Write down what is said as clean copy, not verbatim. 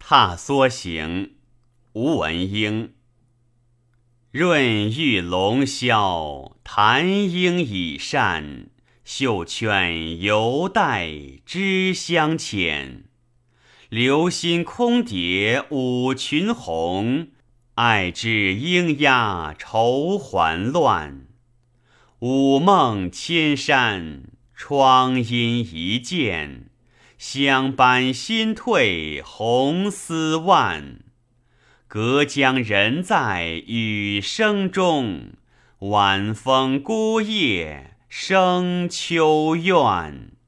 踏梭行，吴文英。润玉龙霄，潭莺已扇，绣圈犹带知香浅。留心空蝶舞群红，爱知莺鸦愁还乱。午梦千山，窗阴一见，香斑新褪红丝万。隔江人在雨声中，晚风孤夜生秋怨。